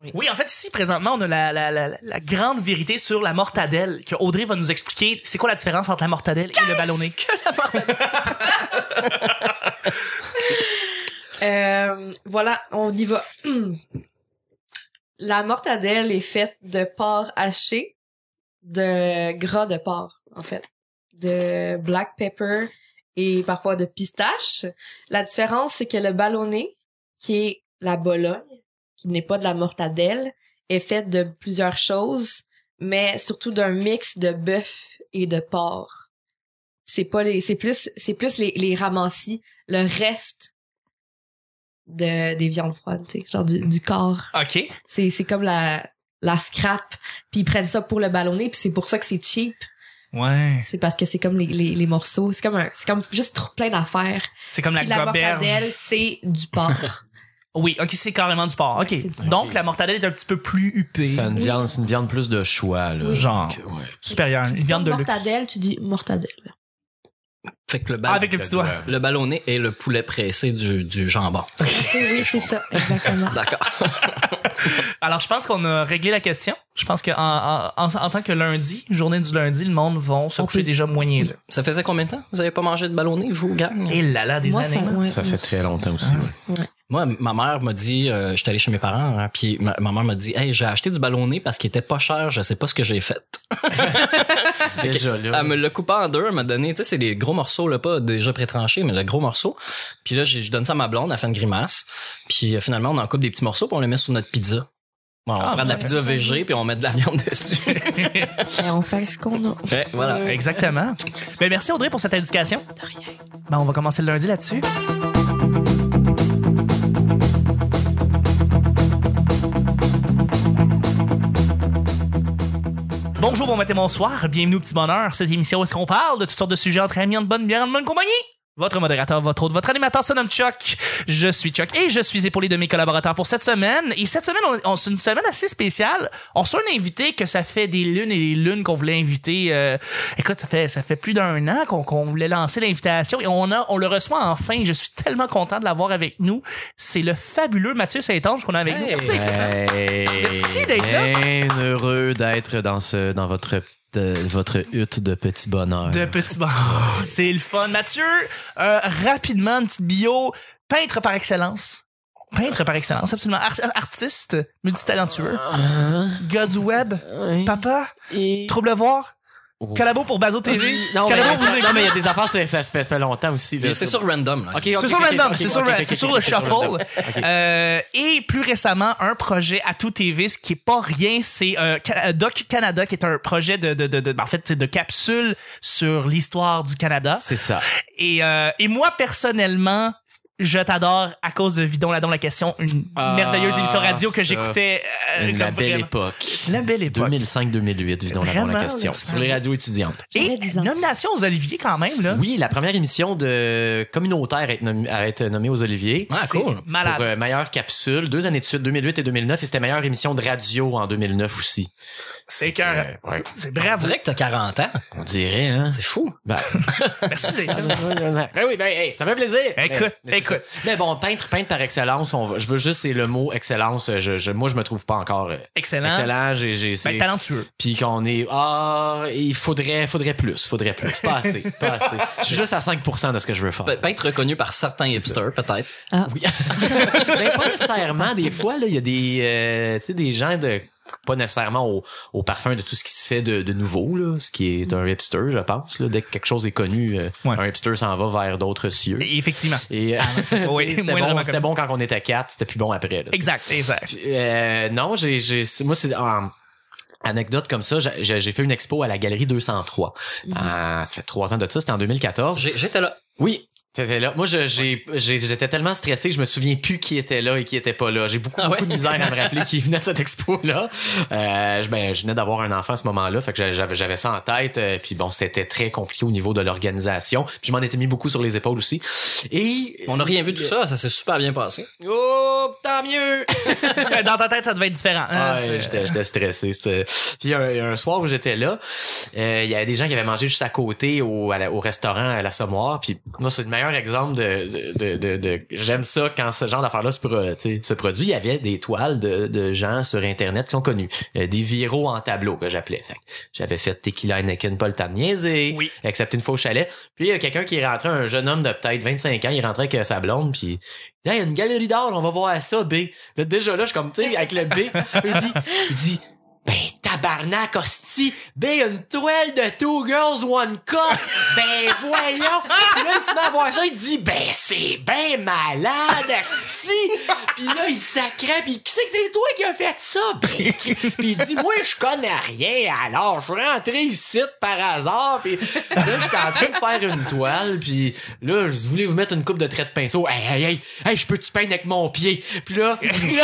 Oui, en fait, ici, présentement, on a la grande vérité sur la mortadelle, que Audrey va nous expliquer c'est quoi la différence entre la mortadelle et le ballonné. Voilà, on y va. La mortadelle est faite de porc haché, de gras de porc, en fait, de black pepper et parfois de pistache. La différence, c'est que le ballonné, qui est la Bologne, qui n'est pas de la mortadelle, est faite de plusieurs choses, mais surtout d'un mix de bœuf et de porc. C'est plus les ramassis, le reste des viandes froides, tu sais, genre du corps. OK. C'est comme la scrap, puis ils prennent ça pour le ballonné, puis c'est pour ça que c'est cheap. Ouais. C'est parce que c'est comme les morceaux, c'est comme juste trop plein d'affaires. C'est comme la Puis la goberge. mortadelle, c'est du porc. Oui, OK, c'est carrément du porc. OK. Donc, la mortadelle est un petit peu plus huppée. C'est une viande plus de choix, là. Oui. Genre, Ouais. supérieure. Une viande de luxe. Mortadelle, tu dis mortadelle. Fait que Avec le petit doigt. Le ballonné est le poulet pressé du jambon. Oui, c'est ça, exactement. D'accord. Alors, je pense qu'on a réglé la question. Je pense que en tant que lundi, journée du lundi, le monde vont se coucher déjà moins niaiseux. Ça faisait combien de temps? Vous avez pas mangé de ballonné, vous, gang? Et là, des Moi, années. ouais. Ça fait très longtemps aussi, ouais. Moi, ma mère m'a dit, j'étais allé chez mes parents, hein, puis ma mère m'a dit, hey, j'ai acheté du ballonné parce qu'il était pas cher, je sais pas ce que j'ai fait. Déjà, là. Elle me l'a coupé en deux, elle m'a donné, tu sais, c'est des gros morceaux, là, pas déjà pré-tranchés, mais le gros morceau. Puis là, je donne ça à ma blonde, elle fait une grimace. Puis finalement, on en coupe des petits morceaux, puis on les met sur notre pizza. Bon, on prend de la pizza végé, puis on met de la viande dessus. Et on fait ce qu'on a. Ouais, voilà. Exactement. Ben, merci Audrey pour cette indication. De rien. Ben, on va commencer le lundi là-dessus. Bonjour, bon matin, bonsoir. Bienvenue au Petit Bonheur. Cette émission où est-ce qu'on parle de toutes sortes de sujets entre amis, en bonne bière, en bonne compagnie. Votre modérateur, votre hôte, votre animateur se nomme Chuck. Je suis Chuck et je suis épaulé de mes collaborateurs pour cette semaine. Et cette semaine, c'est une semaine assez spéciale. On reçoit un invité que ça fait des lunes et des lunes qu'on voulait inviter. Écoute, ça fait plus d'un an qu'on voulait lancer l'invitation et on le reçoit enfin. Je suis tellement content de l'avoir avec nous. C'est le fabuleux Mathieu Saint-Onge qu'on a avec nous. Merci d'être là. Merci d'être là. Bien heureux d'être dans votre hutte de petit bonheur. De petit bonheur. C'est le fun. Mathieu, rapidement, une petite bio. Peintre par excellence. Peintre par excellence, absolument. Artiste, multitalentueux. Gars du web. Papa. Trouble à voir. Collabo pour Bazo TV. Non, Collabo mais vous écoute. il y a des affaires, ça se fait longtemps aussi. Là. C'est sur random, là. Okay, C'est sur random, okay, c'est sur le shuffle. Et plus récemment, un projet à tout TV, ce qui est pas rien, c'est Doc Canada, qui est un projet en fait, de capsule sur l'histoire du Canada. C'est ça. Et moi, personnellement, je t'adore à cause de Vidon Ladon la question, une merveilleuse émission radio que j'écoutais. La belle époque. C'est la belle époque. 2005-2008, Vidon Ladon la question. Sur les radios étudiantes. Et nomination aux Oliviers quand même, là. Oui, la première émission de communautaire à être nommée aux Oliviers. Ah, cool. Malade. Pour meilleure capsule, 2 années de suite, 2008 et 2009, et c'était meilleure émission de radio en 2009 aussi. C'est cœur. Ouais. C'est On bravo. dirait que t'as 40 ans. On dirait, hein? C'est fou. Ben, Merci d'être là. ben oui, ben, hey, ça fait plaisir. Écoute. C'est ça. Mais bon, peintre par excellence, je veux juste, c'est le mot excellence. Moi, je me trouve pas encore Excellent. excellent. J'ai Talentueux. puis qu'on est, il faudrait plus. Pas assez. Je suis juste à 5% de ce que je veux faire. Peintre reconnu par certains hipsters, peut-être. Oui. Ben, pas nécessairement. Des fois, là, il y a des, tu sais, des gens pas nécessairement au parfum de tout ce qui se fait de nouveau, là, ce qui est un hipster, je pense, là. Dès que quelque chose est connu, un hipster s'en va vers d'autres cieux. Et effectivement. Et, Oui, c'était bon quand on était 4, c'était plus bon après, là. Exact. Non, moi, c'est, anecdote comme ça, j'ai fait une expo à la Galerie 203. Ça fait 3 ans de ça, c'était en 2014. J'étais là. Oui. T'étais là. Moi, j'étais tellement stressé que je me souviens plus qui était là et qui était pas là. J'ai beaucoup de misère à me rappeler qui venait à cette expo-là. Je venais d'avoir un enfant à ce moment-là, fait que j'avais ça en tête. Puis bon, c'était très compliqué au niveau de l'organisation. Puis je m'en étais mis beaucoup sur les épaules aussi. Et On n'a rien vu de ça s'est super bien passé. oh, tant mieux. Dans ta tête, ça devait être différent. J'étais stressé. Puis un soir où j'étais là, il y avait des gens qui avaient mangé juste à côté au restaurant à l'Assommoir. Puis moi, c'est le meilleur meilleur exemple de j'aime ça quand ce genre d'affaires-là se produit. Il y avait des toiles de gens sur Internet qui sont connus. Des viraux en tableau que j'appelais. Fait que j'avais fait Tequila Heineken, pas le temps de niaiser. Oui. Accepté une fois au chalet. Puis il y a quelqu'un qui est rentré, un jeune homme de peut-être 25 ans, il est rentré avec sa blonde, puis il y a une galerie d'art, on va voir ça, B. Là, déjà là, je suis comme, tu sais, avec le B, il dit ben, tabarnak, hostie, ben, une toile de Two Girls, One Cup, ben, voyons. Puis là, il se met à voir ça, il dit, ben, c'est ben malade, hostie. Puis là, il sacrait, pis qui c'est que c'est toi qui as fait ça? Ben, pis il dit, moi, je connais rien, alors, je suis rentré ici par hasard, pis là, j'étais en train de faire une toile, pis là, je voulais vous mettre une coupe de traits de pinceau. Hey, je peux-tu peindre avec mon pied? Pis là, il se met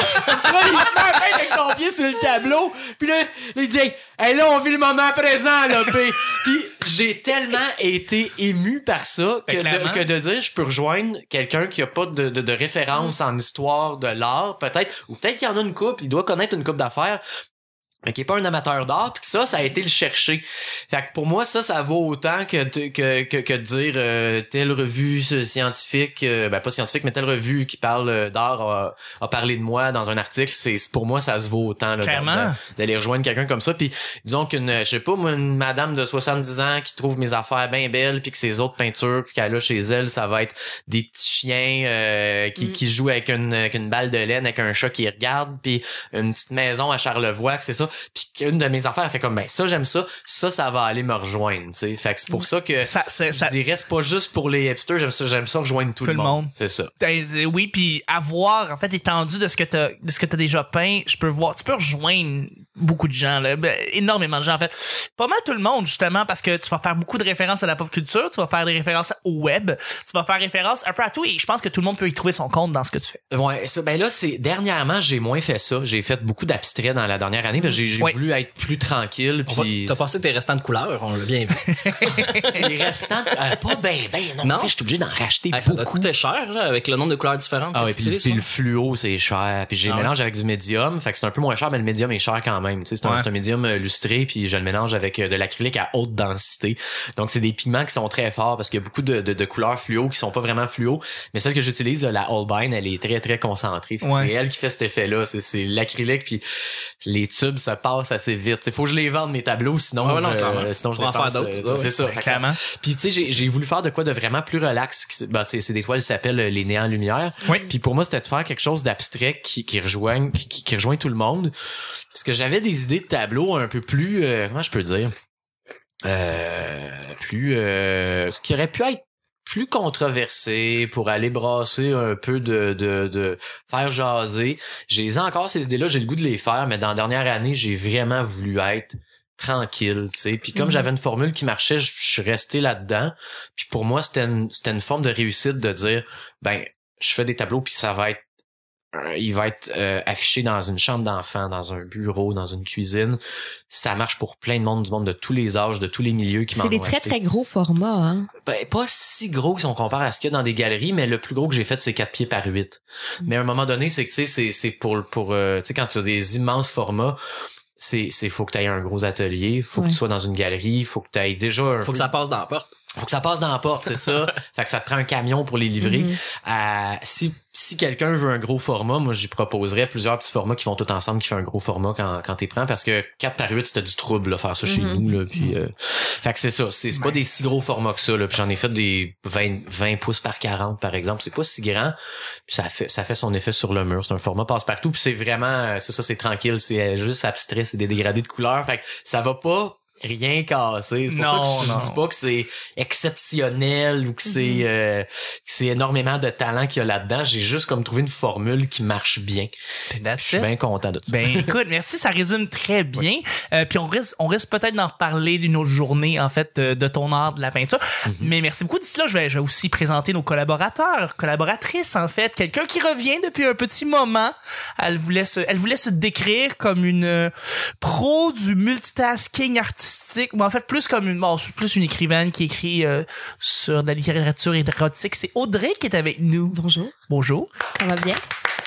à peindre avec son pied sur le tableau, pis là, il dit, hey, là, on vit le moment présent, là, Puis j'ai tellement été ému par ça que de dire, je peux rejoindre quelqu'un qui a pas de référence en histoire de l'art, peut-être, ou peut-être qu'il y en a une couple, il doit connaître une couple d'affaires, mais qui est pas un amateur d'art, puis que ça a été le chercher. Fait que pour moi, ça vaut autant que de dire telle revue scientifique, pas scientifique, mais telle revue qui parle d'art a parlé de moi dans un article. C'est pour moi, ça se vaut autant là, d'aller rejoindre quelqu'un comme ça. Puis disons je sais pas, moi, une madame de 70 ans qui trouve mes affaires bien belles, puis que ses autres peintures qu'elle a chez elle, ça va être des petits chiens qui jouent avec une balle de laine, avec un chat qui regarde, puis une petite maison à Charlevoix, que c'est ça. Puis qu'une de mes affaires, elle fait comme, ben, ça, j'aime ça va aller me rejoindre, tu sais. Fait que c'est pour ça que je dirais, c'est pas juste pour les hipsters, j'aime ça rejoindre tout le monde. C'est ça. Oui, puis avoir, en fait, l'étendue de ce que t'as déjà peint, tu peux rejoindre beaucoup de gens, là. Ben, énormément de gens, en fait. Pas mal tout le monde, justement, parce que tu vas faire beaucoup de références à la pop culture, tu vas faire des références au web, tu vas faire référence un peu à tout, et je pense que tout le monde peut y trouver son compte dans ce que tu fais. Ouais, ça, ben là, dernièrement, j'ai moins fait ça. J'ai fait beaucoup d'abstraits dans la dernière année, parce que j'ai voulu être plus tranquille. Puis t'as passé tes restants de couleurs, on l'a bien vu. Les restants, pas ben, non. En fait, je suis obligé d'en racheter beaucoup. Ça doit coûter cher, là, avec le nombre de couleurs différentes. Ah oui, puis le fluo, c'est cher. Puis j'ai le mélange avec du médium, fait que c'est un peu moins cher, mais le médium est cher quand même. Tu sais, c'est un médium lustré, puis je le mélange avec de l'acrylique à haute densité. Donc c'est des pigments qui sont très forts parce qu'il y a beaucoup de couleurs fluo qui sont pas vraiment fluo, mais celle que j'utilise, la Holbein, elle est très très concentrée. C'est elle qui fait cet effet-là. C'est l'acrylique, puis les tubes ça passe assez vite. Il faut que je les vende mes tableaux, sinon je dépense. C'est ça. Clairement. Puis tu sais, j'ai voulu faire de quoi de vraiment plus relax. C'est des toiles qui s'appellent les néants lumière. Puis pour moi, c'était de faire quelque chose d'abstrait qui rejoint tout le monde. Parce que j'avais des idées de tableaux un peu plus comment je peux dire qui aurait pu être plus controversé pour aller brasser un peu de faire jaser. J'ai encore ces idées-là, j'ai le goût de les faire, mais dans la dernière année, j'ai vraiment voulu être tranquille, tu sais. Puis comme j'avais une formule qui marchait, je suis resté là-dedans. Puis pour moi, c'était une forme de réussite de dire, ben, je fais des tableaux puis il va être affiché dans une chambre d'enfant, dans un bureau, dans une cuisine. Ça marche pour plein de monde, du monde de tous les âges, de tous les milieux qui m'en ont acheté. C'est des très très gros formats, hein. Ben, pas si gros si on compare à ce qu'il y a dans des galeries, mais le plus gros que j'ai fait, c'est 4 pieds par 8. Mais à un moment donné, c'est que tu sais, c'est pour tu sais, quand tu as des immenses formats, faut que tu aies un gros atelier, faut que tu sois dans une galerie, faut que tu aies déjà faut que ça passe dans la porte. Faut que ça passe dans la porte, c'est ça. Fait que ça te prend un camion pour les livrer. Si quelqu'un veut un gros format, moi j'y proposerais plusieurs petits formats qui vont tout ensemble, qui fait un gros format quand t'es prends, parce que 4 par 8 c'était du trouble là, faire ça chez nous là. Puis fait que c'est ça, c'est pas des si gros formats que ça là. Puis j'en ai fait des 20 pouces par 40 par exemple, c'est pas si grand. Puis ça fait son effet sur le mur. C'est un format passe-partout. Puis c'est vraiment c'est tranquille, c'est juste abstrait, c'est des dégradés de couleurs. Fait que ça va pas rien casser. C'est pour ça que je dis pas que c'est exceptionnel ou que c'est énormément de talent qu'il y a là-dedans. J'ai juste comme trouvé une formule qui marche bien. Je suis bien content de ça. Ben écoute, merci, ça résume très bien. Puis on risque peut-être d'en reparler d'une autre journée en fait de ton art de la peinture. Mais merci beaucoup. D'ici là, je vais aussi présenter nos collaboratrices en fait, quelqu'un qui revient depuis un petit moment. Elle voulait se décrire comme une pro du multitasking artistique. Ou en fait plus une écrivaine qui écrit sur de la littérature érotique. C'est Audrey qui est avec nous. Bonjour. Bonjour. Ça va bien?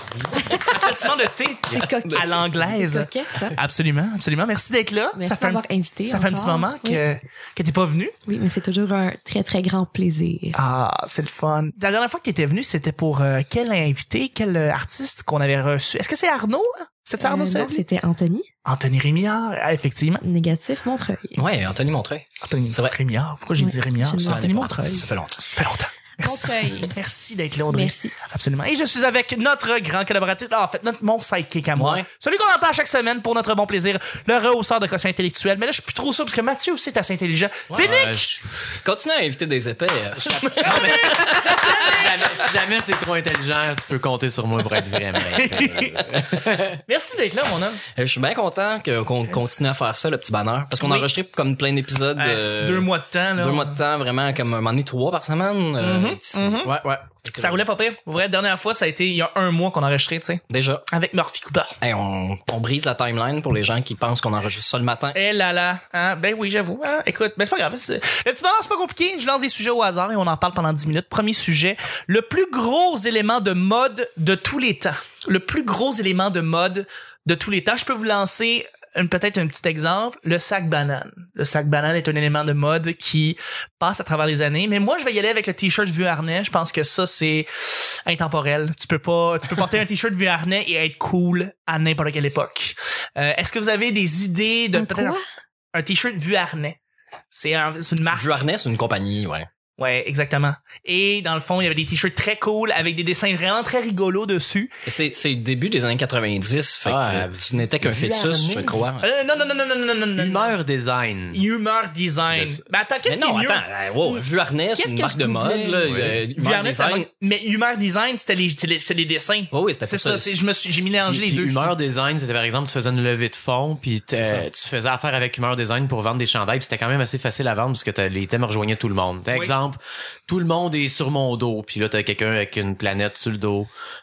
Applaudissements de thé C'est coquet. à l'anglaise. C'est coquet, ça. Absolument, absolument. Merci d'être là. Merci ça fait d'avoir invité. ça fait un petit encore. moment Oui. que t'es pas venu. Oui, mais c'est toujours un très, très grand plaisir. Ah, c'est le fun. La dernière fois que t'étais venu, c'était pour quel invité, quel artiste qu'on avait reçu? Est-ce que c'est Arnaud? C'est Arnaud Non, Sadi? c'était Anthony. Anthony Rémillard, ah, effectivement. Négatif, Montreuil. Ouais, Anthony Montreuil. Anthony C'est vrai. Rémillard. Pourquoi j'ai Oui, dit Rémillard? je ne C'est m'en Anthony rappelle Montreuil. Ça fait longtemps. Ça fait longtemps. Merci. Montreuil. Merci d'être là, Audrey. Merci. Absolument. Et je suis avec notre grand collaborateur, en fait, mon sidekick à moi. Ouais. Celui qu'on entend chaque semaine pour notre bon plaisir, le rehausseur de quotient intellectuel. Mais là, je suis plus trop sûr parce que Mathieu aussi est assez intelligent. C'est Nick! Continue à inviter des épais. Si jamais c'est trop intelligent, tu peux compter sur moi pour être vraiment. Merci d'être là, mon homme. Je suis bien content qu'on continue à faire ça, le petit bonheur. Parce qu'on a Oui. enregistré comme plein d'épisodes. C'est 2 mois de temps, là. 2 mois de temps, vraiment, comme un moment donné, 3 par semaine. Ouais. Ça roulait pas pire. Pour vrai, la dernière fois, ça a été il y a 1 mois qu'on a enregistré, tu sais. Déjà. Avec Murphy Cooper. Hey, on brise la timeline pour les gens qui pensent qu'on enregistre ça le matin. Eh là là, hein? Ben oui, j'avoue. Hein? Écoute, ben c'est pas grave. Le petit bonheur, c'est pas compliqué. Je lance des sujets au hasard et on en parle pendant 10 minutes. Premier sujet, le plus gros élément de mode de tous les temps. Le plus gros élément de mode de tous les temps. Je peux vous lancer peut-être un petit exemple, le sac banane. Le sac banane est un élément de mode qui passe à travers les années, mais moi je vais y aller avec le t-shirt vieux harnais. Je pense que ça c'est intemporel. Tu peux porter un t-shirt vieux harnais et être cool à n'importe quelle époque. Est-ce que vous avez des idées de Un peut-être quoi? un t-shirt vu harnais? C'est une marque. Vuarnet, c'est une compagnie, ouais. Ouais, exactement. Et dans le fond, il y avait des t-shirts très cool avec des dessins vraiment très rigolos dessus. Et c'est le début des années 90, fait que tu n'étais qu'un fœtus, je crois. Non. Humeur design. Humor design. C'est ça. Ben attends, qu'est-ce Mais qui est non, mieux? attends, Vuarnet, c'est Qu'est-ce une que marque je de mode, googlais? là. Oui. Humeur Humor design. design. Mais humor design, c'était les dessins. Oui, c'était C'est pas ça, ça. j'ai mélangé les deux. Humeur design, c'était par exemple, tu faisais une levée de fonds, puis tu faisais affaire avec Humeur design pour vendre des chandails, puis c'était quand même assez facile à vendre parce que les thèmes rejoignaient tout le monde. Oui. Exemple, tout le monde est sur mon dos, puis là t'as quelqu'un avec une planète sur le dos.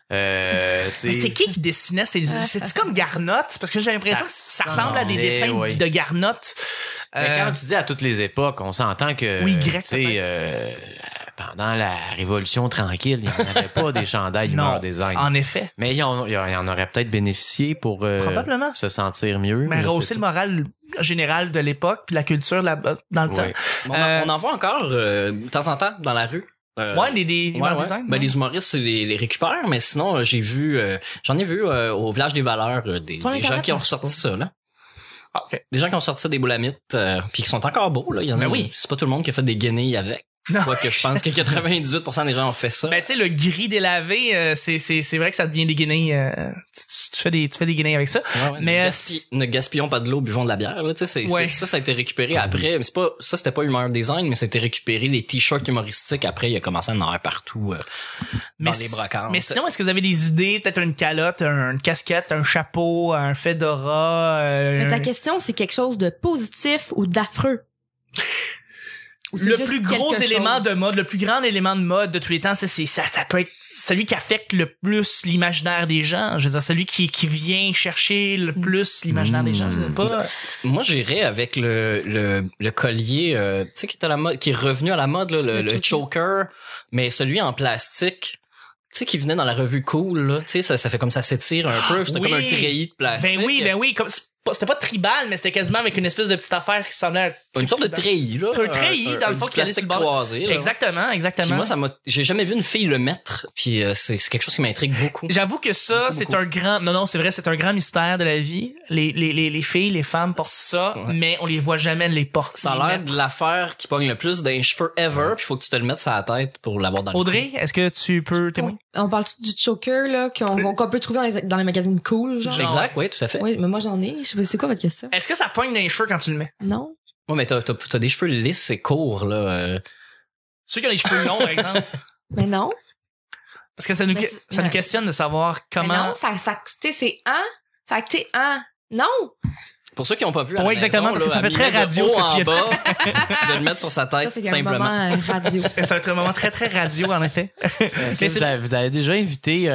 Mais c'est qui dessinait? C'est comme Garnotte? Parce que j'ai l'impression que ça ressemble à des dessins oui. de Garnotte. Mais quand tu dis à toutes les époques, on s'entend que Oui, grec, tu sais, pendant la Révolution tranquille, il n'y en avait pas des chandails Humeur Non, design. en effet. Mais il y en aurait peut-être bénéficié pour Probablement. se sentir mieux. Mais je rehausser sais le pas. moral général de l'époque puis la culture dans le temps. Ouais. On en voit encore de temps en temps dans la rue. Ouais, des humor design. Ben, les humoristes les récupèrent, mais sinon, j'en ai vu au Village des Valeurs des Sur gens Internet, qui ont ça, ressorti ça, là. Ah, ok. Des gens qui ont sorti des boulamites, puis qui sont encore beaux, là. Il y en a, Ben oui. c'est pas tout le monde qui a fait des guenilles avec. Non. Quoique je pense que 98% des gens ont fait ça. Ben, tu sais, le gris délavé, c'est vrai que ça devient des guenilles, tu fais des guenilles avec ça. Ouais, Mais, ne gaspillons pas de l'eau, buvons de la bière, là. Tu sais, Ouais. ça a été récupéré après. Mais c'était pas Humeur Design, mais ça a été récupéré. Les t-shirts humoristiques, après, il a commencé à en avoir partout, dans les brocantes. Mais sinon, est-ce que vous avez des idées? Peut-être une calotte, une casquette, un chapeau, un fedora, Mais ta question, c'est quelque chose de positif ou d'affreux? Ou c'est le juste plus gros quelque élément chose? de mode, le plus grand élément de mode de tous les temps, ça peut être celui qui affecte le plus l'imaginaire des gens. Je veux dire, celui qui vient chercher le plus l'imaginaire des gens. Je sais pas. Moi, j'irais avec le collier, tu sais, qui est à la mode, qui est revenu à la mode, là, le choker, mais celui en plastique. Tu sais, qui venait dans la revue Cool, là. Tu sais, ça fait comme ça s'étire un peu. C'était Oui. comme un treillis de plastique. Ben oui. C'était pas tribal, mais c'était quasiment avec une espèce de petite affaire qui semblait Une sorte de treillis, là. un treillis, dans le fond, du qui allait sur plastique le bord. croisé, là. Exactement. Puis moi, j'ai jamais vu une fille le mettre, puis c'est quelque chose qui m'intrigue beaucoup. J'avoue que ça, c'est un grand, non, c'est vrai, c'est un grand mystère de la vie. Les filles, les femmes portent ça, Ouais. mais on les voit jamais les porter. Ça a l'air de l'affaire qui pogne le plus d'un cheveu ever, puis faut que tu te le mettes sur la tête pour l'avoir dans le Audrey, est-ce que tu peux témoigner? On parle-tu du choker, là, qu'on peut trouver dans les magazines cool, genre? cou. Exact, oui, tout à fait. Oui, mais moi, j'en ai. Je sais pas, c'est quoi votre question? Est-ce que ça pogne dans les cheveux quand tu le mets? Non? Ouais, mais t'as des cheveux lisses et courts, là. Ceux qui ont les cheveux longs, par exemple. Mais non. Parce que ça nous questionne de savoir Mais comment. non, ça, tu sais, c'est Fait que, tu sais, non! Pour ceux qui ont pas vu à Ouais, la exactement, maison, parce que ça là, fait très elle met radio, de ce que haut tu en viens de bas, de le mettre sur sa Ça, tête, c'est un simplement. moment radio. Ça va être un moment très, très radio, en effet. Est-ce Mais que vous avez déjà invité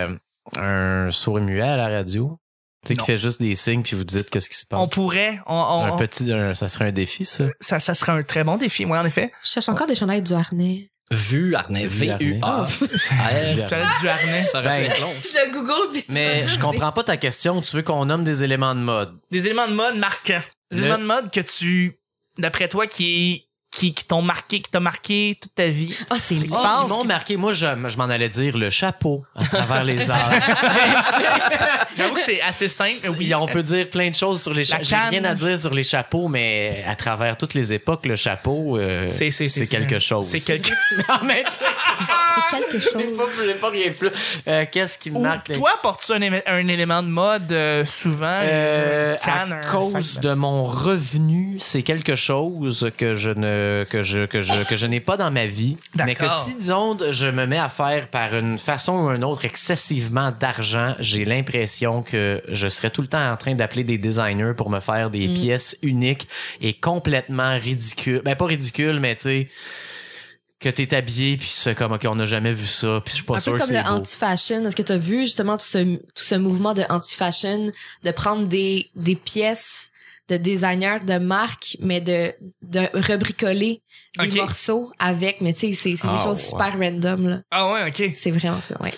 un sourd muet à la radio? Tu sais, Non. qui fait juste des signes puis vous dites qu'est-ce qui se passe. On pourrait, Ça serait un défi, ça. ça serait un très bon défi, moi, en effet. Je cherche encore des chandails du harnais. Vu harnais. V-U-A. J'avais du harnais. Ça aurait pu Ben, être long. Je le Google puis Mais je comprends pas ta question. Tu veux qu'on nomme des éléments de mode? Des éléments de mode marquants. Des Le- éléments de mode que tu, d'après toi, qui t'ont marqué, qui t'a marqué toute ta vie. Ah, c'est lui. Ils m'ont marqué. Moi, je m'en allais dire le chapeau à travers les arts. J'avoue que c'est assez simple. mais oui. On peut dire plein de choses sur les La chapeaux. J'ai canne. rien à dire sur les chapeaux, mais à travers toutes les époques, le chapeau, c'est quelque chose. C'est quelque Non, mais tu sais, C'est quelque chose. j'ai pas rien plus. Qu'est-ce qui me Ou marque? toi, portes-tu un élément de mode souvent? Une canne, À un cause sac de mon revenu, c'est quelque chose que je n'ai pas dans ma vie. Mais que D'accord. si, disons, je me mets à faire par une façon ou une autre excessivement d'argent, j'ai l'impression que je serais tout le temps en train d'appeler des designers pour me faire des pièces uniques et complètement ridicules. Ben, pas ridicules, mais tu sais, que t'es habillé puis c'est comme, OK, on n'a jamais vu ça puis je suis pas Un sûr peu que comme c'est le beau. anti-fashion. Est-ce que t'as vu justement tout ce mouvement de anti-fashion, de prendre des pièces de designers, de marques, mais de rebricoler des Ok. morceaux avec, mais tu sais, c'est des Ah, choses ouais. super random, là. Ah ouais, ok. C'est vraiment ça, ouais.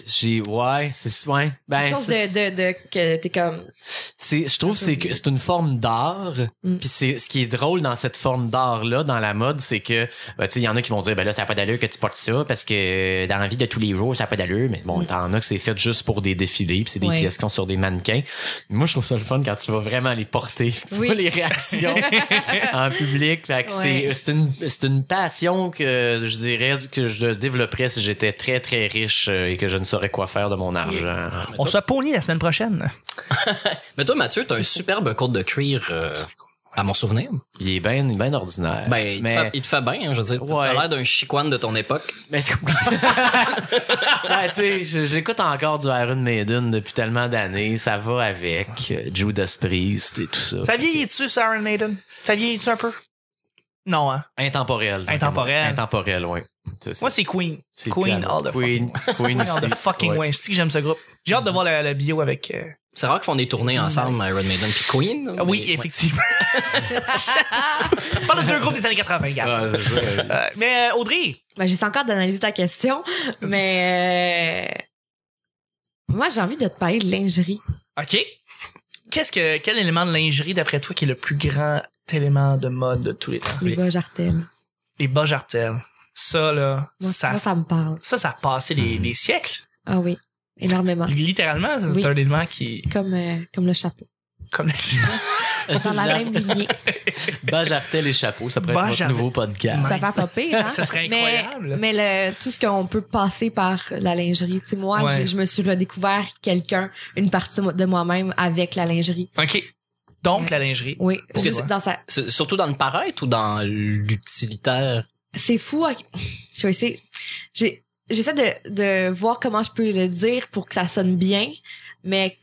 Ben, Quelque chose c'est- de que t'es comme, je trouve que c'est une forme d'art. Mm. Puis c'est ce qui est drôle dans cette forme d'art là dans la mode, c'est que tu sais il y en a qui vont dire ben là ça a pas d'allure que tu portes ça parce que dans la vie de tous les jours ça a pas d'allure, mais bon t'en as que c'est fait juste pour des défilés, puis c'est des Ouais. pièces qui sont sur des mannequins. Moi je trouve ça le fun quand tu vas vraiment les porter, puis tu Oui. vois les réactions en public. Fait que Ouais. c'est une passion que je dirais que je développerais si j'étais très très riche et que je ne saurais quoi faire de mon argent. On se fait pogner la semaine prochaine. Mais toi, Mathieu, t'as un superbe côte de cuir à mon souvenir. Il est bien ordinaire. Ben, il te fait bien, hein, je veux dire. Ouais. T'as l'air d'un chicoine de ton époque. Mais c'est ouais, tu sais, j'écoute encore du Iron Maiden depuis tellement d'années. Ça va avec Judas Priest et tout ça. Ça vieillit-tu, ça, Iron Maiden? Ça vieillit-tu un peu? Non, hein. Intemporel. Intemporel. Intemporel, ouais. Moi, c'est Queen. C'est Queen piano. all the Queen Queen all aussi. the fucking Ouais. way. C'est que j'aime ce groupe. J'ai hâte de voir la bio avec... C'est rare qu'ils font des tournées ensemble, Iron Maiden puis Queen. Ah oui, mais- effectivement. Parle de deux groupes des années 80, gars. Ah, c'est ça. Mais Audrey, ben, j'essaie encore d'analyser ta question, mais moi, j'ai envie de te parler de lingerie. OK. Quel élément de lingerie, d'après toi, qui est le plus grand élément de mode de tous les temps? Les bas jartelles. Les bas jartelles. Ça, là, Moi, ça ça me parle. a passé les siècles. Ah oui, énormément. Littéralement, c'est Oui. un élément qui... Comme le chapeau. Comme Dans la même lignée. Bajartel et chapeau, ça pourrait être notre Bajartel. nouveau podcast. Ça fait pas pire, hein? Ça serait incroyable. Mais tout ce qu'on peut passer par la lingerie. Tu sais, moi, Ouais. je me suis redécouvert une partie de moi-même avec la lingerie. OK. Donc, la lingerie. Oui. Parce que Juste c'est- dans sa, Surtout dans le paraître ou dans l'utilitaire? c'est fou. Je vais essayer. J'essaie de voir comment je peux le dire pour que ça sonne bien. Mais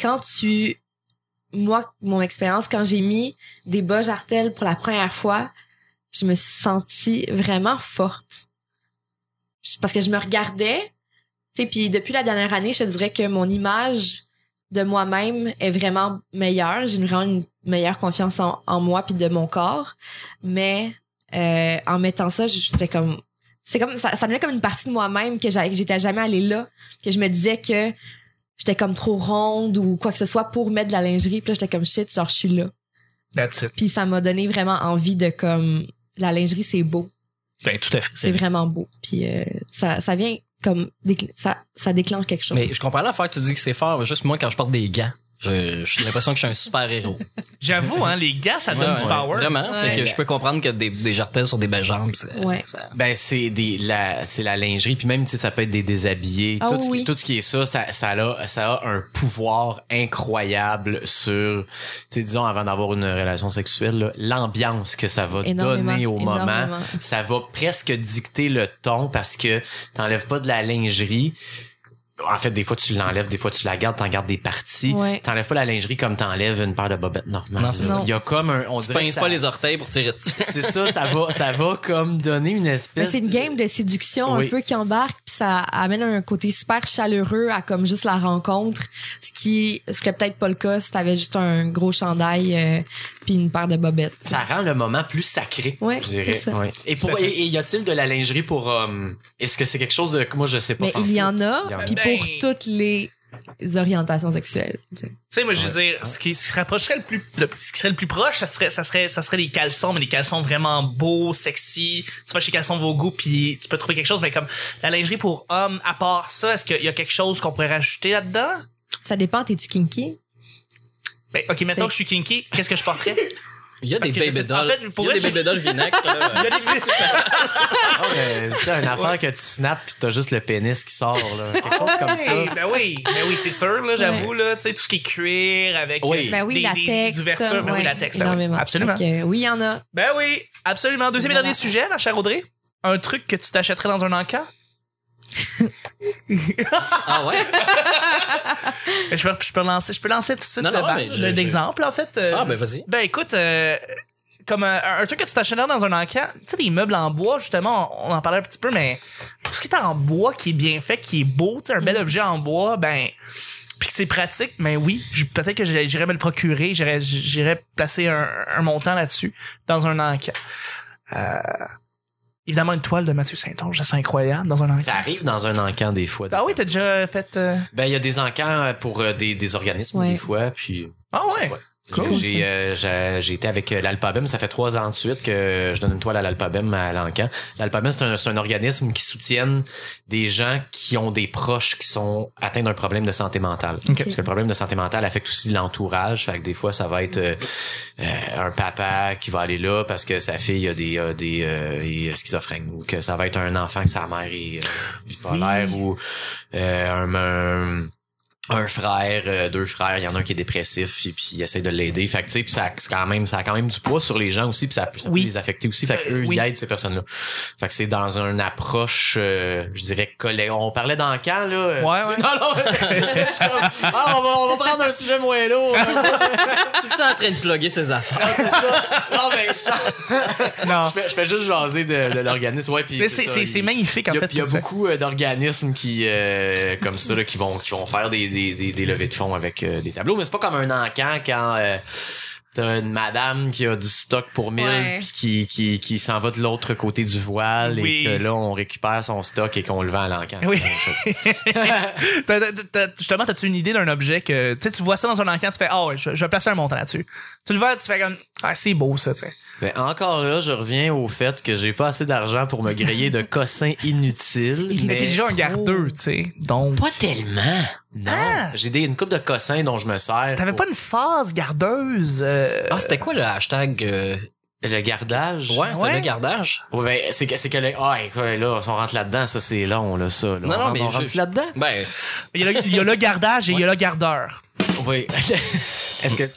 moi, mon expérience, quand j'ai mis des bas jartelles pour la première fois, je me suis sentie vraiment forte. Parce que je me regardais, tu sais, puis depuis la dernière année, je te dirais que mon image de moi-même est vraiment meilleure. J'ai vraiment une meilleure confiance en moi puis de mon corps. Mais en mettant ça, j'étais comme... C'est comme ça devenait comme une partie de moi-même que j'étais jamais allée là, que je me disais que j'étais comme trop ronde ou quoi que ce soit pour mettre de la lingerie. Puis là, j'étais comme shit, genre je suis là. That's it. Puis ça m'a donné vraiment envie de comme la lingerie c'est beau, Ben, tout à fait. c'est vraiment beau. Puis ça vient comme ça déclenche quelque chose. Mais je comprends l'affaire que tu dis que c'est fort, mais juste moi, quand je porte des gants, j'ai l'impression que je suis un super-héros. J'avoue, hein, les gars, ça donne Ouais, du ouais. power. Vraiment. Ouais. Fait que je peux comprendre que des jartelles sur des belles jambes, Ouais. Ben c'est la lingerie, puis même tu sais ça peut être des déshabillés, Ah tout ce qui est ça a un pouvoir incroyable sur, tu sais, disons avant d'avoir une relation sexuelle là, l'ambiance que ça va donner au moment, énormément. ça va presque dicter le ton parce que t'enlèves pas de la lingerie. En fait, des fois, tu l'enlèves, des fois, tu la gardes, t'en gardes des parties. Ouais. T'enlèves pas la lingerie comme t'enlèves une paire de bobettes normales. Non, c'est ça. Il y a comme on Tu dirait que pinces ça- pas les orteils pour tirer dessus. c'est ça va comme donner une Mais espèce c'est une game de séduction Oui. un peu qui embarque puis ça amène un côté super chaleureux à comme juste la rencontre, ce serait peut-être pas le cas si t'avais juste un gros chandail puis une paire de bobettes. Ça rend le moment plus sacré, Ouais, je dirais. c'est ça. Ouais. Et y a-t-il de la lingerie pour hommes? Est-ce que c'est quelque chose de... Moi, je sais pas. Mais il y en a, puis Ben- pour toutes les orientations sexuelles. Tu sais. Tu sais, moi, je veux dire, ce qui se rapprocherait ce qui serait le plus proche, ça serait des caleçons, mais des caleçons vraiment beaux, sexy. Tu vas chez Caleçon Vogo, puis tu peux trouver quelque chose, mais comme la lingerie pour hommes, à part ça, est-ce qu'il y a quelque chose qu'on pourrait rajouter là-dedans? Ça dépend, t'es-tu kinky? Ben, ok, mettons que je suis kinky, qu'est-ce que je porterais? Il y a Parce des que je baby sais- dolls. en fait, pour Il y a vrai, des baby dolls vinaigre. Il y a des Tu sais, une affaire que tu snaps pis t'as juste le pénis qui sort, là. Quelque chose comme ça. Ben oui, c'est sûr, là, j'avoue, là, tu sais, tout ce qui est cuir avec Oui. Ben oui, des latex. ouvertures, ben oui, ouais, latex, ben oui. énormément. Absolument. Fait que, oui, il y en a. Ben oui, absolument. Deuxième et Voilà. dernier sujet, ma chère Audrey. Un truc que tu t'achèterais dans un encan? Ah ouais? Je peux lancer tout de suite Non, mais l'exemple, en fait. Ah, ben vas-y. Ben écoute, comme un truc que tu t'achèterais dans un encan, tu sais, des meubles en bois, justement, on en parlait un petit peu, mais tout ce qui est en bois, qui est bien fait, qui est beau, tu sais, un bel objet en bois, ben, puis que c'est pratique, ben oui, peut-être que j'irais me le procurer, j'irais placer un montant là-dessus, dans un encan. Évidemment, une toile de Mathieu Saint-Onge, ça c'est incroyable, dans un encan. Ça arrive dans un encan des fois. Ah oui, t'as déjà fait... Ben, il y a des encans pour des organismes Ouais. des fois, puis... Ah ouais? Ouais. Cool. J'ai été avec l'Alpabem, ça fait 3 ans de suite que je donne une toile à l'Alpabem à l'encan. L'Alpabem, c'est un organisme qui soutienne des gens qui ont des proches qui sont atteints d'un problème de santé mentale. Ok. Parce que le problème de santé mentale affecte aussi l'entourage, fait que des fois ça va être un papa qui va aller là parce que sa fille a est schizophrène, ou que ça va être un enfant que sa mère est bipolaire, ou un frère, 2 frères, il y en a un qui est dépressif puis il essaie de l'aider. Fait que tu sais, puis ça a quand même du poids sur les gens aussi, puis ça peut Oui. les affecter aussi. Fait que eux Oui. ils aident ces personnes-là. Fait que c'est dans une approche je dirais on parlait d'encan là. Ouais. On va prendre un sujet moins lourd. Tout le temps en train de plugger ses affaires. C'est ça. Non mais Non. je fais juste jaser de l'organisme, ouais, puis Mais ça, c'est magnifique, en il y a, fait. il y a ce que tu fais. beaucoup d'organismes qui comme ça là, qui vont faire des levées de fonds avec des tableaux, mais c'est pas comme un encan quand t'as une madame qui a du stock pour 1000 Ouais. puis qui s'en va de l'autre côté du voile Oui. et que là on récupère son stock et qu'on le vend à l'encan. C'est Oui. la même chose. Justement, t'as-tu une idée d'un objet que, tu sais, tu vois ça dans un encan, tu fais, ah ouais, je vais placer un montant là-dessus. Tu le vois, tu fais comme, ah, c'est beau, ça, tu sais. Ben, encore là, je reviens au fait que j'ai pas assez d'argent pour me griller de cossins inutiles. Mais t'es déjà un trop. gardeux, tu sais. Donc, Pas tellement. Non. Ah! J'ai une coupe de cossins dont je me sers. t'avais pas une phase gardeuse, Ah, c'était quoi le hashtag? Le gardage. Ouais, c'est Ouais. le gardage. Ouais, ben, c'est que écoute, là, on rentre là-dedans, ça c'est long, là, ça. Là. Non, non, mais on rentre je- là-dedans? Ben, il y a le gardage et il y a le gardeur. Oui. Est-ce que...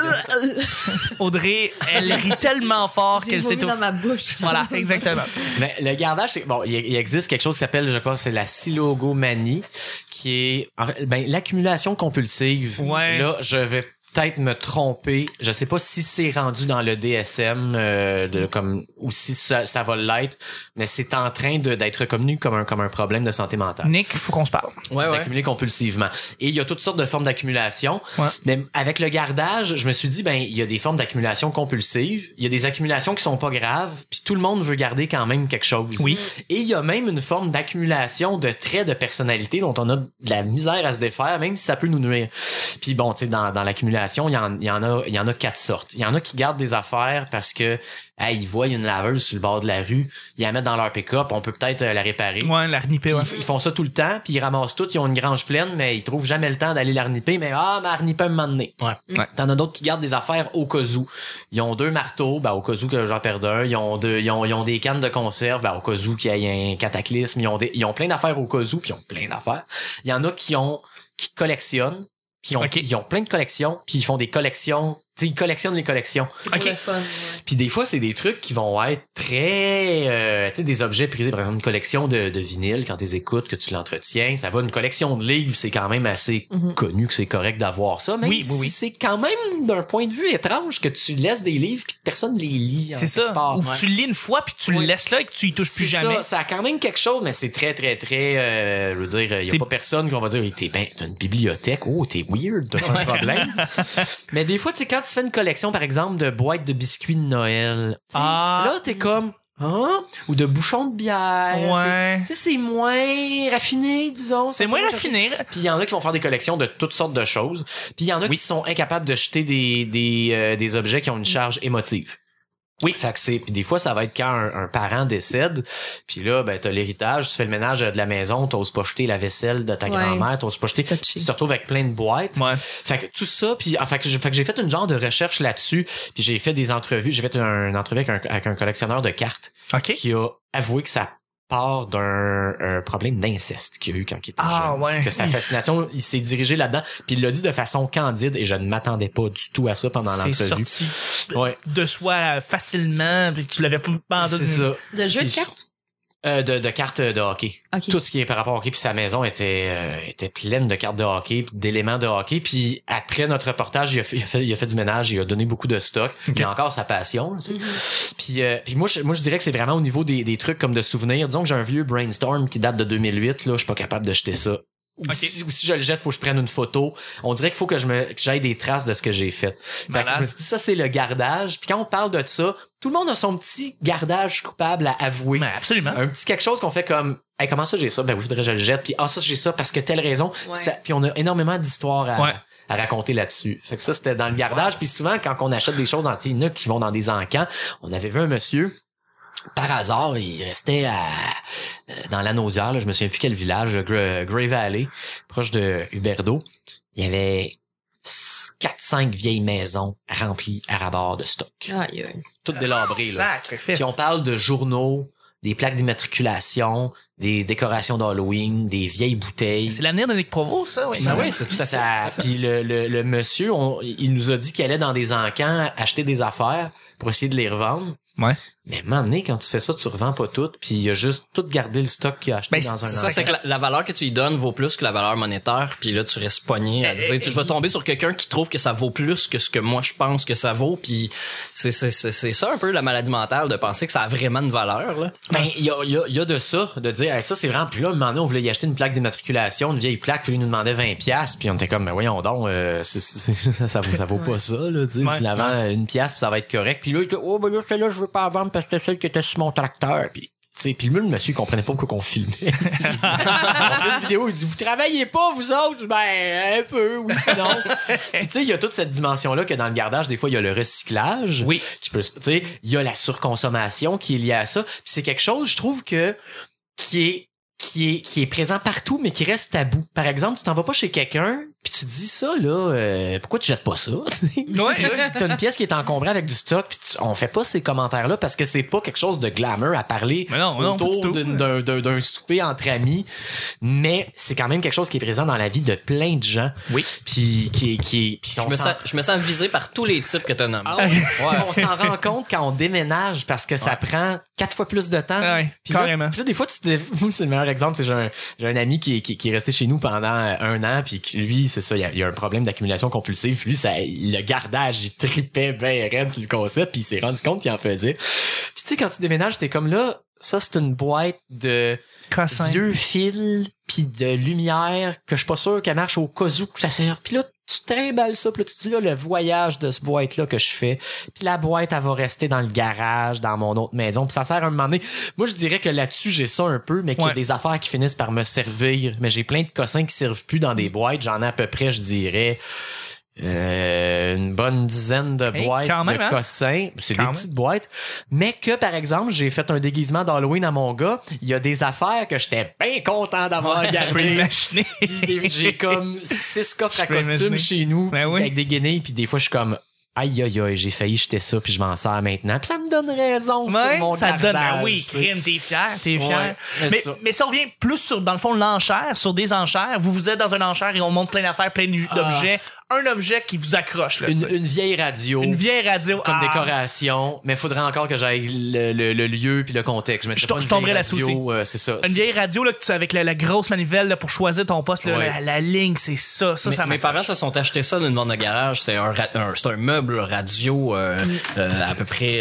Audrey, elle rit tellement fort J'ai qu'elle vomi s'étouffe. dans ma bouche. Voilà, exactement. Mais le gardage, c'est bon, il existe quelque chose qui s'appelle, je pense, c'est la silogomanie, qui est en fait, ben, l'accumulation compulsive. Ouais. Là, je vais peut-être me tromper. Je sais pas si c'est rendu dans le DSM ou si ça va l'être, mais c'est en train d'être reconnu comme un problème de santé mentale. Nick, faut qu'on se parle. ouais, ouais. D'accumuler compulsivement. Et il y a toutes sortes de formes d'accumulation. Ouais. Mais avec le gardage, je me suis dit, ben, il y a des formes d'accumulation compulsive. Il y a des accumulations qui sont pas graves. Puis tout le monde veut garder quand même quelque chose. Oui. Et il y a même une forme d'accumulation de traits de personnalité dont on a de la misère à se défaire, même si ça peut nous nuire. Puis bon, tu sais, dans l'accumulation, il y en a 4 sortes. Il y en a qui gardent des affaires parce que, hey, ils voient une laveuse sur le bord de la rue, ils la mettent dans leur pick-up, on peut peut-être la réparer. Ouais, la reniper, Puis ouais. ils font ça tout le temps, puis ils ramassent tout, ils ont une grange pleine, mais ils trouvent jamais le temps d'aller la reniper, mais m'a reniper un moment donné. Ouais. Ouais. T'en as d'autres qui gardent des affaires au cas où. Ils ont 2 marteaux, ben au cas où que j'en perde un. Ils ont des cannes de conserve, ben au cas où qu'il y ait un cataclysme. Ils ont plein d'affaires au cas où, puis ils ont plein d'affaires. Il y en a qui collectionnent, puis Ok. ils ont plein de collections, puis ils font des collections. Tu sais, ils collectionnent les collections. Pour Ok. le fun. Ouais. Puis des fois, c'est des trucs qui vont être très... tu sais, des objets prisés. Par exemple, une collection de vinyles, quand tu les écoutes, que tu l'entretiens. Ça va, une collection de livres, c'est quand même assez Mhm. connu que c'est correct d'avoir ça. Même Oui, si oui, oui. c'est quand même d'un point de vue étrange que tu laisses des livres puis que personne les lit. en C'est ça. quelque part. Ou tu le lis une fois puis tu le Oui. laisses là et que tu y touches plus C'est jamais. Ça a quand même quelque chose, mais c'est très, très, très... je veux dire, il y C'est- a pas personne qui va dire hey, t'as une bibliothèque. Oh, t'es weird, t'as un problème. Mais des fois, tu sais, quand tu fais une collection, par exemple, de boîtes de biscuits de Noël, t'sais, là, t'es comme... ou de bouchons de bière. Ouais. Tu sais, c'est moins raffiné, disons. C'est moins raffiné. Puis il y en a qui vont faire des collections de toutes sortes de choses. Puis il y en a qui sont incapables de jeter des objets qui ont une charge émotive. Oui. Fait que c'est, puis des fois, ça va être quand un parent décède, puis là, ben, t'as l'héritage, tu fais le ménage de la maison, t'oses pas jeter la vaisselle de ta grand-mère, t'oses pas jeter, tu te retrouves avec plein de boîtes. Ouais. Fait que tout ça, puis, fait que j'ai fait une genre de recherche là-dessus, puis j'ai fait des entrevues, j'ai fait une entrevue avec un collectionneur de cartes. OK. Qui a avoué que ça part d'un problème d'inceste qu'il a eu quand il était jeune. Ouais. Que sa fascination, il s'est dirigé là-dedans, puis il l'a dit de façon candide, et je ne m'attendais pas du tout à ça pendant l'entrevue. C'est sorti de soi facilement, puis tu l'avais pas pendant. C'est ça. De jeux de cartes? De cartes de hockey. Okay. Tout ce qui est par rapport au hockey, puis sa maison était pleine de cartes de hockey, d'éléments de hockey, puis après notre reportage, il a fait du ménage, il a donné beaucoup de stock, il a encore sa passion, tu sais. Puis moi je dirais que c'est vraiment au niveau des trucs comme de souvenirs. Disons que j'ai un vieux Brainstorm qui date de 2008, là, je suis pas capable de jeter ça. Ou si je le jette, faut que je prenne une photo. On dirait qu'il faut que j'aille des traces de ce que j'ai fait. Fait que je me suis dit, ça, c'est le gardage. Puis quand on parle de ça, tout le monde a son petit gardage coupable à avouer. Ben, absolument. Un petit quelque chose qu'on fait comme, hey, comment ça j'ai ça? Ben, oui, faudrait que je le jette. Puis, ça, j'ai ça parce que telle raison. Ouais. Puis on a énormément d'histoires à raconter là-dessus. Fait que ça, c'était dans le gardage. Puis souvent, quand on achète des choses il y en a qui vont dans des encans, on avait vu un monsieur, par hasard, il restait dans la Naudière, là, je me souviens plus quel village, Grey Valley, proche de Huberdeau. Il y avait 4-5 vieilles maisons remplies à ras-bord de stock. Toutes délabrées, là. Sacrifice. Puis on parle de journaux, des plaques d'immatriculation, des décorations d'Halloween, des vieilles bouteilles. C'est l'avenir de Nick Provo, ça, oui. Ben oui, c'est tout à fait. Puis le monsieur, il nous a dit qu'il allait dans des encans acheter des affaires pour essayer de les revendre. Ouais. Mais à un moment donné, quand tu fais ça, tu revends pas tout, puis il a juste tout gardé le stock qu'il a acheté dans un ça, c'est que la valeur que tu lui donnes vaut plus que la valeur monétaire, puis là, tu restes pogné à dire, tu vas tomber sur quelqu'un qui trouve que ça vaut plus que ce que moi je pense que ça vaut, puis c'est ça un peu la maladie mentale, de penser que ça a vraiment une valeur, là. Ben, il y a de ça, de dire, hey, ça, c'est vraiment, puis là, un moment donné, on voulait y acheter une plaque d'immatriculation, une vieille plaque, puis lui nous demandait 20$, puis on était comme, ben voyons donc, ça vaut pas ça, là, tu sais, tu la vends une pièce, puis ça va être correct, puis là, il était, oh, ben là, celle-là, je veux pas la vendre parce que c'est celle qui était sur mon tracteur, puis puis le monsieur il comprenait pas pourquoi qu'on filmait. On fait une vidéo, il dit vous travaillez pas vous autres? Ben un peu, oui, non. Puis tu sais, il y a toute cette dimension là que dans le gardage des fois il y a le recyclage. Oui. Tu sais, il y a la surconsommation qui est liée à ça. Puis c'est quelque chose je trouve que qui est présent partout mais qui reste tabou. Par exemple, tu t'en vas pas chez quelqu'un puis tu te dis ça là, pourquoi tu jettes pas ça? Ouais. T'as une pièce qui est encombrée avec du stock puis on fait pas ces commentaires là parce que c'est pas quelque chose de glamour à parler autour d'un souper entre amis, mais c'est quand même quelque chose qui est présent dans la vie de plein de gens. Oui. Puis je me sens visé par tous les types que t'as nommés. Ah ouais. On s'en rend compte quand on déménage parce que ça prend 4 fois plus de temps. Ouais, carrément. Puis là, des fois c'est le meilleur exemple, c'est j'ai un ami qui est resté chez nous pendant 1 an puis lui c'est ça, il y a un problème d'accumulation compulsive. Lui, le gardage, il tripait ben raide sur le concept, puis il s'est rendu compte qu'il en faisait. Puis tu sais, quand tu déménages, t'es comme là, ça c'est une boîte de vieux fils puis de lumière que je suis pas sûr qu'elle marche au cas où que ça serve. Puis là, tu trimbales ça, puis là, tu te dis là, le voyage de ce boîte-là que je fais, puis la boîte, elle va rester dans le garage, dans mon autre maison, puis ça sert à un moment donné. Moi, je dirais que là-dessus, j'ai ça un peu, mais qu'il y a des affaires qui finissent par me servir. Mais j'ai plein de cossins qui servent plus dans des boîtes. J'en ai à peu près, je dirais... une bonne dizaine de boîtes de cossins. C'est des petites boîtes. Mais que, par exemple, j'ai fait un déguisement d'Halloween à mon gars. Il y a des affaires que j'étais bien content d'avoir gardées. Je peux l'imaginer. J'ai comme 6 coffres à costumes chez nous, avec des guenilles, puis des fois, je suis comme... Aïe, j'ai failli jeter ça, puis je m'en sers maintenant. Puis ça me donne raison sur mon ça gardage, donne, oui, crime, t'es fier. Ouais, mais ça revient plus sur, dans le fond, l'enchère, sur des enchères. Vous êtes dans une enchère et on monte plein d'affaires, plein d'objets. Un objet qui vous accroche, là. Une vieille radio. Une vieille radio. Comme décoration. Mais faudrait encore que j'aille le lieu puis le contexte. Je tomberais là-dessus aussi. C'est ça. Une vieille radio, là, que tu, avec la grosse manivelle, là, pour choisir ton poste, là, la ligne, c'est ça. Ça mes parents se sont achetés ça d'une vente de garage. C'est un meuble radio, à peu près,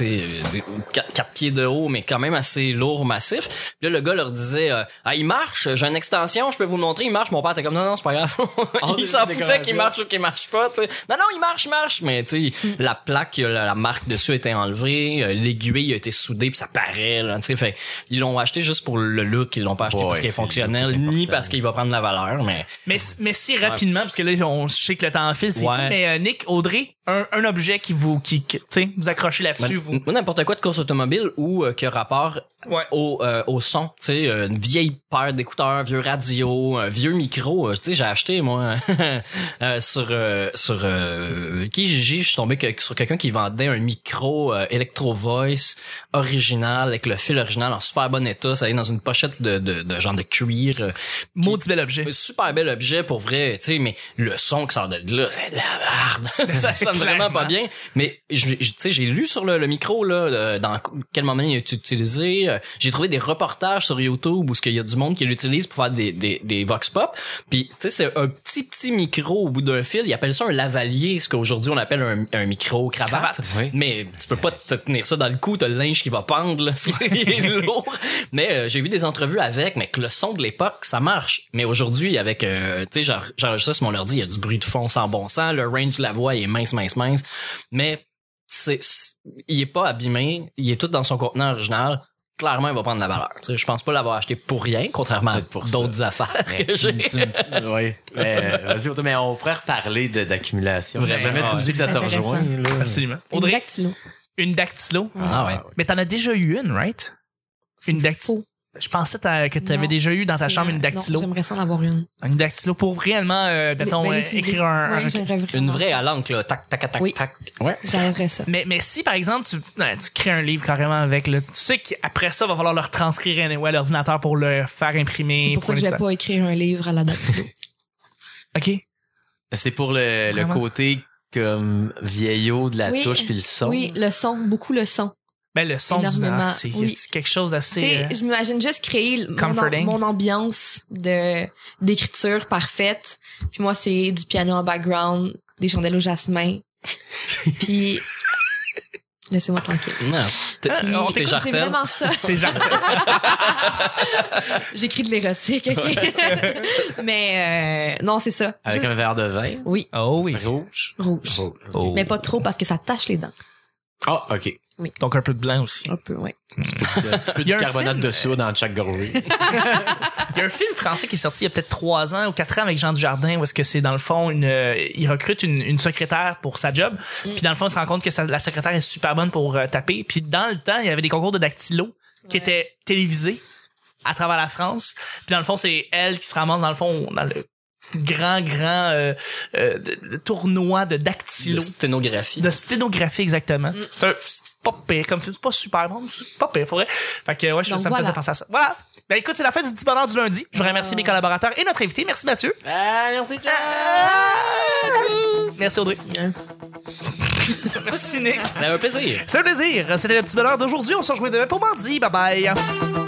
4 pieds de haut, mais quand même assez lourd, massif. Puis là, le gars leur disait, il marche, j'ai une extension, je peux vous le montrer, il marche. Mon père était comme, non, c'est pas grave. Il s'en foutait qu'il marche marche ou qui marche pas, tu sais. Non, il marche. Mais, tu sais, la plaque, la marque dessus a été enlevée, l'aiguille a été soudée pis ça paraît, là, tu sais. Fait, ils l'ont acheté juste pour le look, ils l'ont pas acheté parce qu'il est fonctionnel, ni parce qu'il va prendre de la valeur, mais si rapidement, parce que là, je sais que le temps file, c'est fou, mais Nick, Audrey, un objet qui tu sais, vous accrochez là-dessus, vous. N'importe quoi de course automobile ou qui a rapport au son, tu sais, une vieille paire d'écouteurs, vieux radio, un vieux micro, tu sais, j'ai acheté moi sur Kijiji, je suis tombé sur quelqu'un qui vendait un micro Electro Voice original avec le fil original en super bon état, ça allait dans une pochette de genre de cuir. Maudit bel objet. Super bel objet pour vrai, tu sais, mais le son qui sort de là, c'est de la merde. Ça sonne vraiment pas bien. Mais tu sais, j'ai lu sur le micro là, dans quel moment il est utilisé. J'ai trouvé des reportages sur YouTube où il y a du monde qui l'utilise pour faire des vox pop. Puis tu sais, c'est un petit micro au bout d'un fil. Ils appellent ça un lavalier, ce qu'aujourd'hui on appelle un micro cravate. Oui. Mais tu peux pas te tenir ça dans le cou, t'as le linge qui va pendre là, c'est lourd. Mais j'ai vu des entrevues avec, mais que le son de l'époque, ça marche. Mais aujourd'hui, avec tu sais, j'enregistre ça sur mon ordi, il y a du bruit de fond sans bon sens, le range de la voix est mince. Mais il est pas abîmé, il est tout dans son contenant original. Clairement, il va prendre de la valeur. Tu sais, je pense pas l'avoir acheté pour rien, contrairement à d'autres affaires que j'ai. Oui. Vas-y, mais on pourrait reparler d'accumulation. Vraiment. Jamais tu me dis que ça te rejoint. Là. Absolument. Une Audrey, dactylo. une dactylo. Ah ouais. Mais t'en as déjà eu une, right? Une dactylo. Je pensais que tu avais déjà eu dans ta chambre une dactylo. Non, j'aimerais ça en avoir une. Une dactylo pour réellement, écrire un... Oui, j'aimerais vraiment une vraie ça. à l'encre, là. Tac, tac, tac, Oui. tac. Ouais. J'aimerais ça. Mais si, par exemple, tu crées un livre carrément avec, là, tu sais qu'après ça, il va falloir le retranscrire à l'ordinateur pour le faire imprimer. C'est pour ça que je vais pas écrire un livre à la dactylo. OK. C'est pour le côté comme vieillot de la touche puis le son. Oui, le son, beaucoup le son. Ben, le son du Énormément, c'est oui. quelque chose Tu d'assez... sais, je m'imagine juste créer comforting. mon ambiance d'écriture parfaite. Puis moi, c'est du piano en background, des chandelles au jasmin. Puis laissez-moi tranquille. Non. Puis, on c'est jartelles. vraiment ça. T'es genre... J'écris de l'érotique, ok. Mais non, c'est ça. Avec un verre de vin. Oui, Oh oui. Rouge. rouge. Oh. Mais pas trop parce que ça tache les dents. Ah, OK. Donc un peu de blanc aussi. Un peu, ouais. Un petit peu Il y a de un carbonate film- de soude dans chaque gorgée. Il y a un film français qui est sorti il y a peut-être 3 ans ou 4 ans avec Jean Dujardin où est-ce que c'est dans le fond il recrute une secrétaire pour sa job. Puis dans le fond, il se rend compte que la secrétaire est super bonne pour taper. Puis dans le temps, il y avait des concours de dactylo qui étaient télévisés à travers la France. Puis dans le fond, c'est elle qui se ramasse dans le fond dans le grand tournoi de dactylo. De sténographie. De sténographie, exactement. C'est pas pire comme film. C'est pas super bon, c'est pas pire, pour vrai. Fait que, ouais, ça Donc, me faisait voilà. penser à ça. Voilà. Ben, écoute, c'est la fin du petit bonheur du lundi. Je remercie mes collaborateurs et notre invité. Merci, Mathieu. Merci, Merci, Audrey. Merci, Nick. C'est un plaisir. C'est un plaisir. C'était le petit bonheur d'aujourd'hui. On se rejoint demain pour mardi. Bye bye.